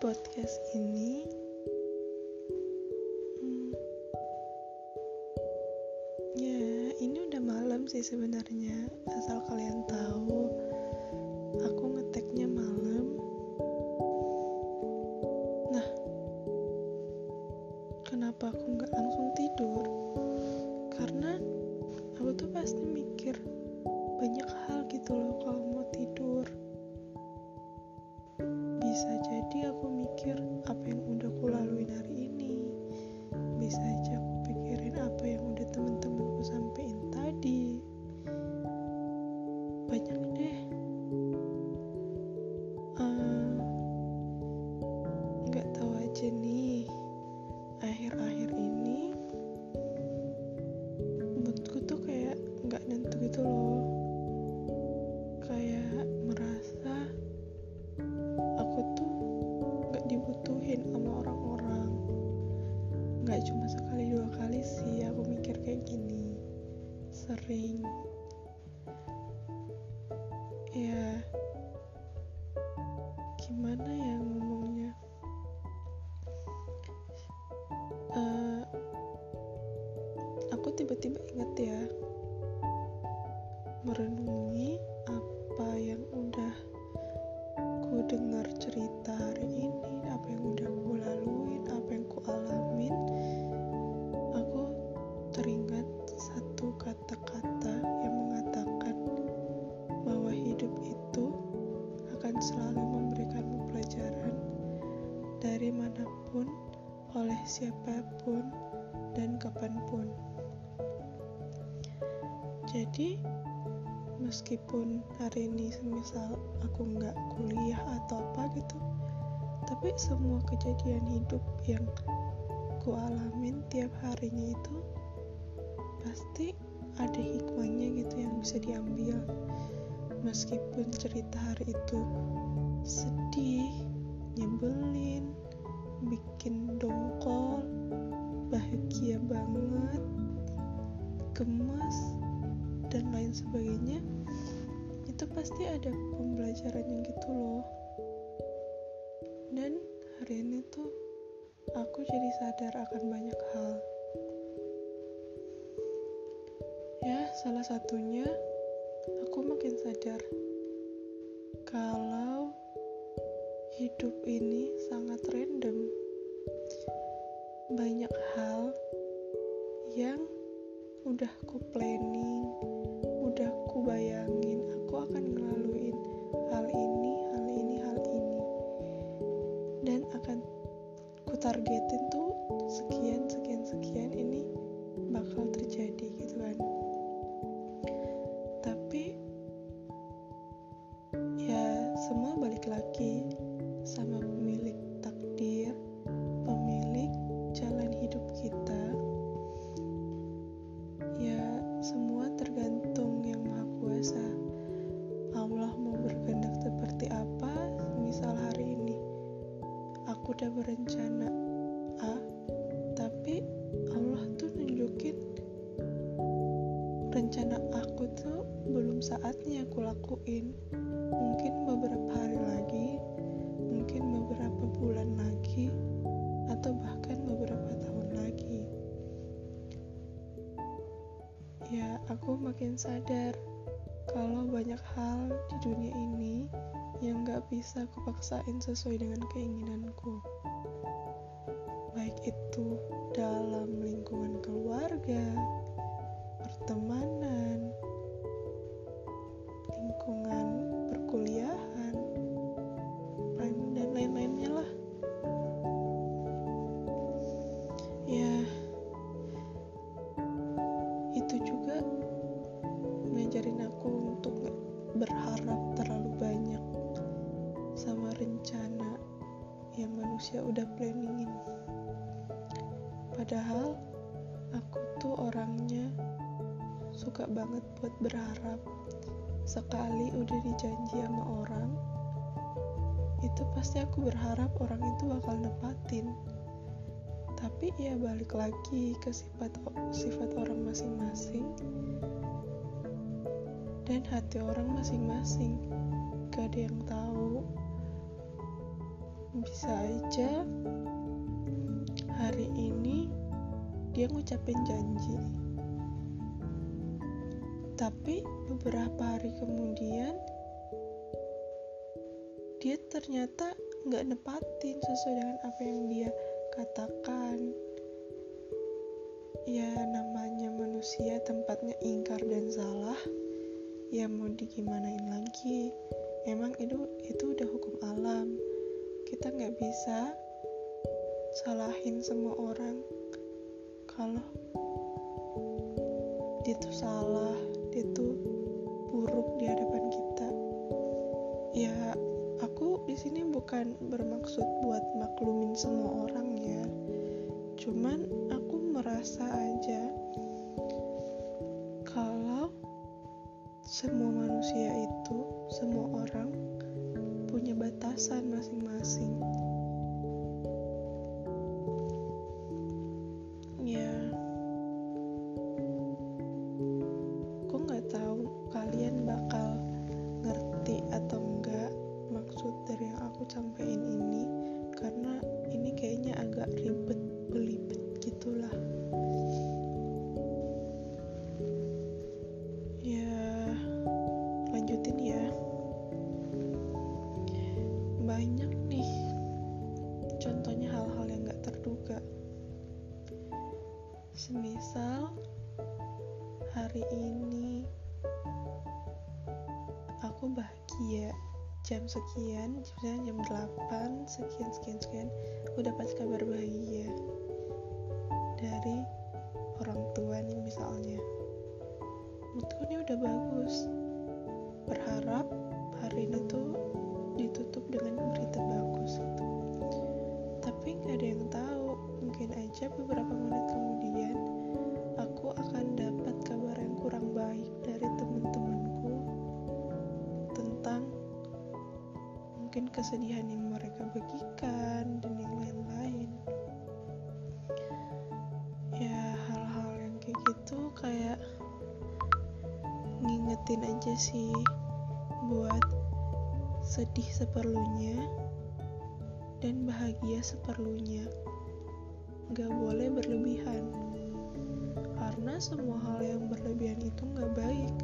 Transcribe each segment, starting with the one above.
podcast ini ini udah malam sih sebenarnya. Asal kalian tahu, aku ngeteknya malam. Nah, kenapa aku nggak langsung tidur? Karena aku tuh pasti mikir banyak hal gitu loh kalau mau tidur. Bisa jadi aku mikir apa yang udah aku laluin hari ini. Bisa aja aku pikirin apa yang udah temen-temenku sampein tadi. Banyak deh. Nggak tahu aja nih, akhir-akhir ini moodku tuh kayak nggak nentu gitu loh. Kayak merasa aku tuh gak dibutuhin sama orang-orang. Gak cuma sekali dua kali sih aku mikir kayak gini, sering. Ya gimana ya ngomongnya, aku tiba-tiba inget ya, merenungi apa yang udah ku dengar cerita hari ini, apa yang udah ku laluin, apa yang ku alamin. Aku teringat satu kata-kata yang mengatakan bahwa hidup itu akan selalu memberikanmu pelajaran dari manapun, oleh siapapun, dan kapanpun. Jadi meskipun hari ini semisal aku nggak kuliah atau apa gitu, tapi semua kejadian hidup yang ku alamin tiap harinya itu pasti ada hikmahnya gitu yang bisa diambil. Meskipun cerita hari itu sedih, nyebelin, bikin dongkol, bahagia banget, gemes, dan lain sebagainya, itu pasti ada pembelajarannya gitu loh. Dan hari ini tuh aku jadi sadar akan banyak hal. Ya, salah satunya aku makin sadar kalau hidup ini sangat random. Banyak hal yang udah ku planning, udah ku bayangin aku akan ngelaluin hal ini, dan akan ku targetin tuh sekian ini bakal terjadi gitu kan. Tapi ya semua balik lagi sama pemilik takdir, pemilik jalan hidup kita. Ya semua tergantung yang Maha Kuasa. Allah mau berkehendak seperti apa. Misal hari ini aku udah berencana A, tapi Allah tuh nunjukin rencana aku tuh belum saatnya aku lakuin. Mungkin beberapa hari lagi, mungkin beberapa bulan lagi, atau bahkan beberapa tahun lagi. Ya, aku makin sadar kalau banyak hal di dunia ini yang gak bisa kupaksain sesuai dengan keinginanku. Baik itu dalam lingkungan keluarga, pertemanan, lingkungan perkuliahan, dan lain-lainnya lah. Ya, itu juga ngajarin aku untuk gak berharap terlalu banyak sama rencana yang manusia udah planningin. Padahal aku tuh orangnya suka banget buat berharap. Sekali udah dijanji sama orang, itu pasti aku berharap orang itu bakal nepatin. Tapi ya balik lagi ke sifat orang masing-masing dan hati orang masing-masing. Gak ada yang tahu bisa aja hari ini dia ngucapin janji, tapi beberapa hari kemudian dia ternyata nggak nepatin sesuai dengan apa yang dia katakan. Ya namanya manusia tempatnya ingkar dan salah, ya mau digimanain lagi, emang itu udah hukum alam. Kita nggak bisa salahin semua orang kalau dia tuh salah, dia tuh buruk di hadapan kita. Ya aku di sini bukan bermaksud buat maklumin semua orang ya, cuman aku merasa aja kalau semua manusia itu, semua orang punya batasan masing-masing. Ya, aku nggak tahu kalian bakal ngerti atau enggak maksud dari yang aku sampein ini, karena ini kayaknya agak ribet belibet gitulah. Ya lanjutin ya. Banyak nih contohnya hal-hal yang gak terduga. Semisal hari ini aku bahagia jam sekian, misalnya jam 8 sekian aku dapat kabar bahagia dari orang tua nih misalnya. Menurutku ini udah bagus. Berharap hari ini tuh ditutup dengan berita bagus gitu. Tapi gak ada yang tahu, mungkin aja beberapa menit kemudian aku akan dapat kabar yang kurang baik dari teman-temanku tentang mungkin kesedihan yang mereka bagikan dan yang lain-lain. Ya hal-hal yang kayak gitu kayak ngingetin aja sih buat sedih seperlunya dan bahagia seperlunya. Gak boleh berlebihan, karena semua hal yang berlebihan itu gak baik.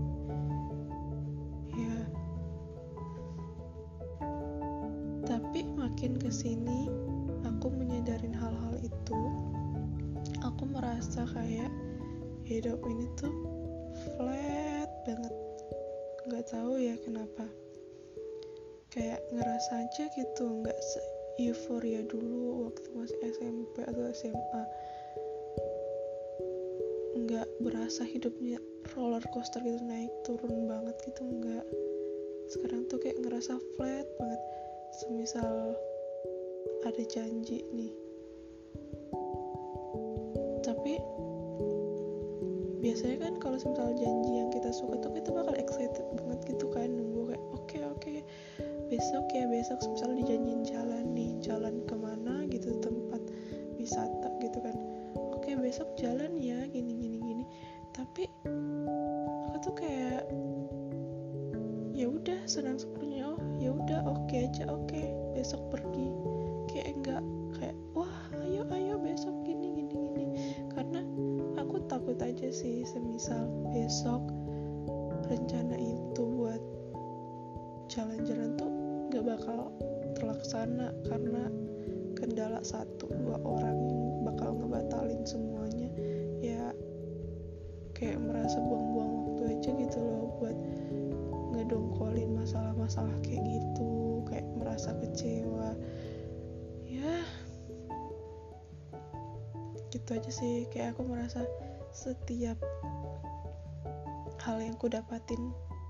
Ya, tapi makin kesini aku menyadarin hal-hal itu, aku merasa kayak hidup ini tuh flat banget. Gak tahu ya kenapa, kayak ngerasa aja gitu, gak euforia dulu waktu masih SMP atau SMA. Gak berasa hidupnya roller coaster gitu, naik turun banget gitu, enggak. Sekarang tuh kayak ngerasa flat banget. Semisal ada janji nih, tapi biasanya kan kalau semisal janji yang kita suka tuh kita bakal excited banget gitu kan, nunggu kayak oke, besok semisal dijanjiin jalan kemana gitu, tempat wisata gitu kan, oke besok jalan ya gini. Tapi aku tuh kayak ya udah senang sepenuhnya, oh ya udah oke aja, oke besok pergi, kayak enggak kayak wah ayo besok gini. Karena aku takut aja sih semisal besok rencana itu buat jalan-jalan tuh gak bakal terlaksana karena kendala 1-2 orang yang bakal ngebatalin semuanya. Ya kayak merasa buang-buang waktu aja gitu loh buat ngedongkolin masalah-masalah kayak gitu, kayak merasa kecewa. Ya gitu aja sih, kayak aku merasa setiap hal yang ku dapatin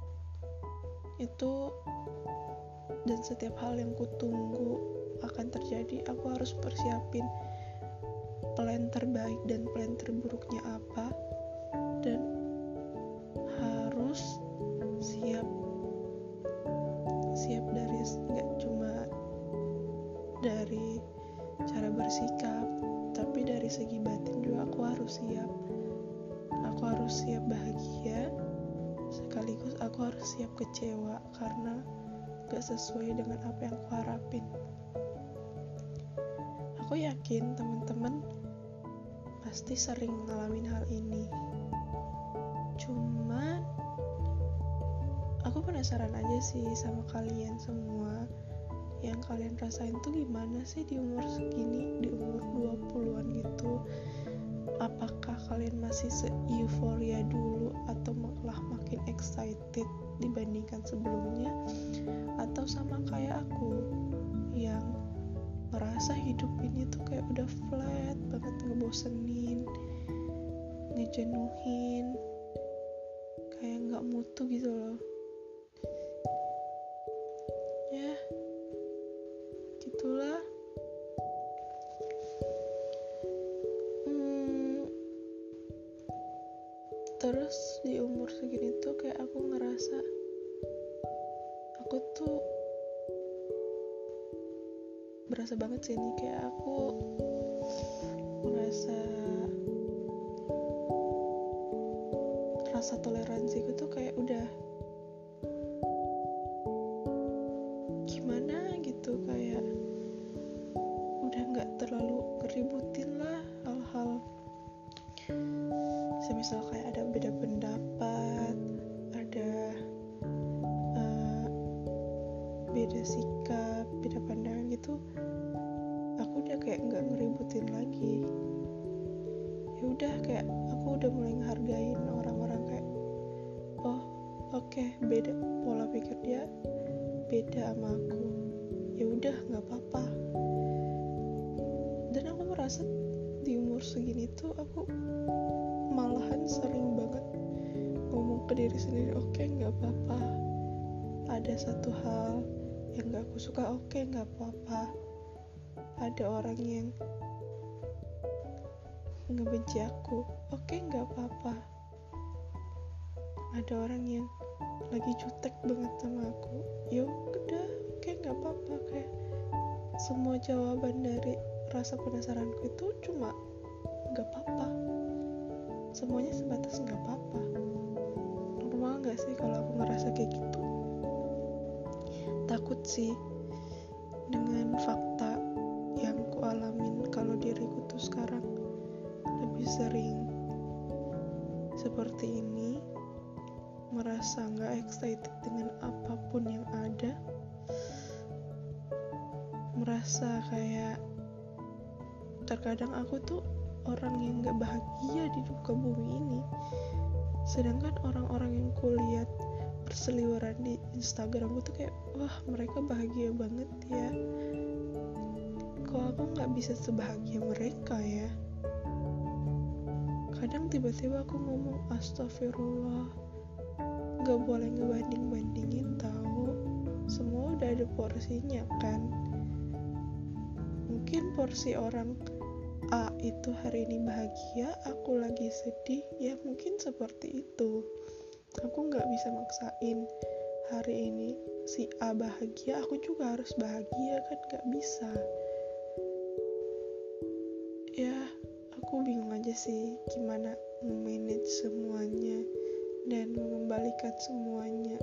itu dan setiap hal yang ku tunggu akan terjadi, aku harus persiapin plan terbaik dan plan terburuknya apa, dan harus siap dari nggak cuma dari cara bersikap, tapi dari segi batin juga aku harus siap bahagia, sekaligus aku harus siap kecewa karena gak sesuai dengan apa yang aku harapin. Aku yakin teman-teman pasti sering ngalamin hal ini. Cuman aku penasaran aja sih sama kalian semua. Yang kalian rasain tuh gimana sih di umur segini, di umur 20-an gitu? Apakah kalian masih se-euforia dulu atau malah makin excited dibandingkan sebelumnya? Atau sama kayak aku yang merasa hidup ini tuh kayak udah flat banget, ngebosenin, ngejenuhin, kayak gak mutu gitu loh. Ya, gitulah. Terus di umur segini tuh kayak aku ngerasa aku tuh berasa banget sih ini, kayak aku merasa rasa toleransiku tuh kayak udah gimana gitu, kayak udah gak terlalu ngeributin lah hal-hal semisal kayak ada beda pendapat, ada beda sikap, beda pandangan gitu. Aku udah kayak nggak ngeributin lagi. Ya udah, kayak aku udah mulai ngehargain orang-orang kayak, oh oke, beda pola pikir dia, beda sama aku. Ya udah, nggak apa-apa. Dan aku merasa di umur segini tuh aku malahan sering banget ngomong ke diri sendiri, oke, nggak apa-apa. Ada satu hal yang gak aku suka, oke, gak apa-apa. Ada orang yang ngebenci aku, oke, gak apa-apa. Ada orang yang lagi jutek banget sama aku, ya udah, oke, gak apa-apa. Kayak semua jawaban dari rasa penasaranku itu cuma gak apa-apa. Semuanya sebatas gak apa-apa. Normal gak sih kalau aku ngerasa kayak gitu? Takut sih dengan fakta yang ku alamin kalau diriku tuh sekarang lebih sering seperti ini, merasa gak excited dengan apapun yang ada, merasa kayak terkadang aku tuh orang yang gak bahagia di muka bumi ini, sedangkan orang-orang yang kulihat berseliweran di Instagram tuh kayak, wah, mereka bahagia banget ya, kok aku gak bisa sebahagia mereka ya. Kadang tiba-tiba aku ngomong, astagfirullah, gak boleh ngebanding-bandingin tahu, semua udah ada porsinya kan. Mungkin porsi orang A itu hari ini bahagia, aku lagi sedih, ya mungkin seperti itu. Aku gak bisa maksain hari ini si A bahagia, aku juga harus bahagia, kan gak bisa. Ya, aku bingung aja sih gimana manage semuanya dan mengembalikan semuanya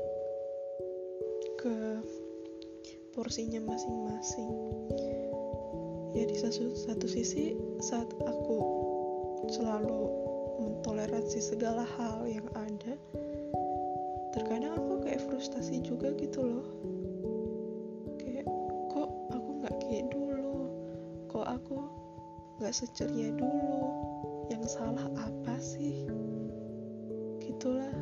ke porsinya masing-masing. Ya, di satu sisi saat aku selalu mentoleransi segala hal yang ada, terkadang aku kayak frustasi juga gitu loh. Kayak, kok aku gak kayak dulu, kok aku gak seceria dulu, yang salah apa sih? Gitulah.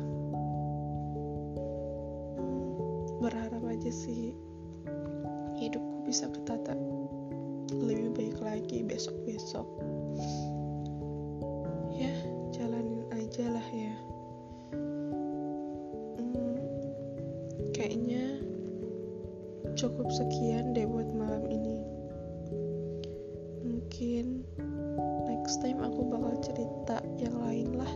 Berharap aja sih hidupku bisa ketata lebih baik lagi besok-besok. Ya, jalanin aja lah ya. Kayaknya cukup sekian deh buat malam ini. Mungkin next time aku bakal cerita yang lain lah.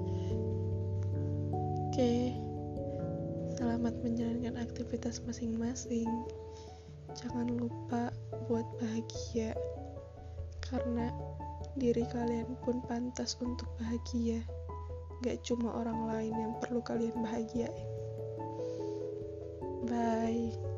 Oke, selamat menjalankan aktivitas masing-masing. Jangan lupa buat bahagia, karena diri kalian pun pantas untuk bahagia. Gak cuma orang lain yang perlu kalian bahagiain. Bye.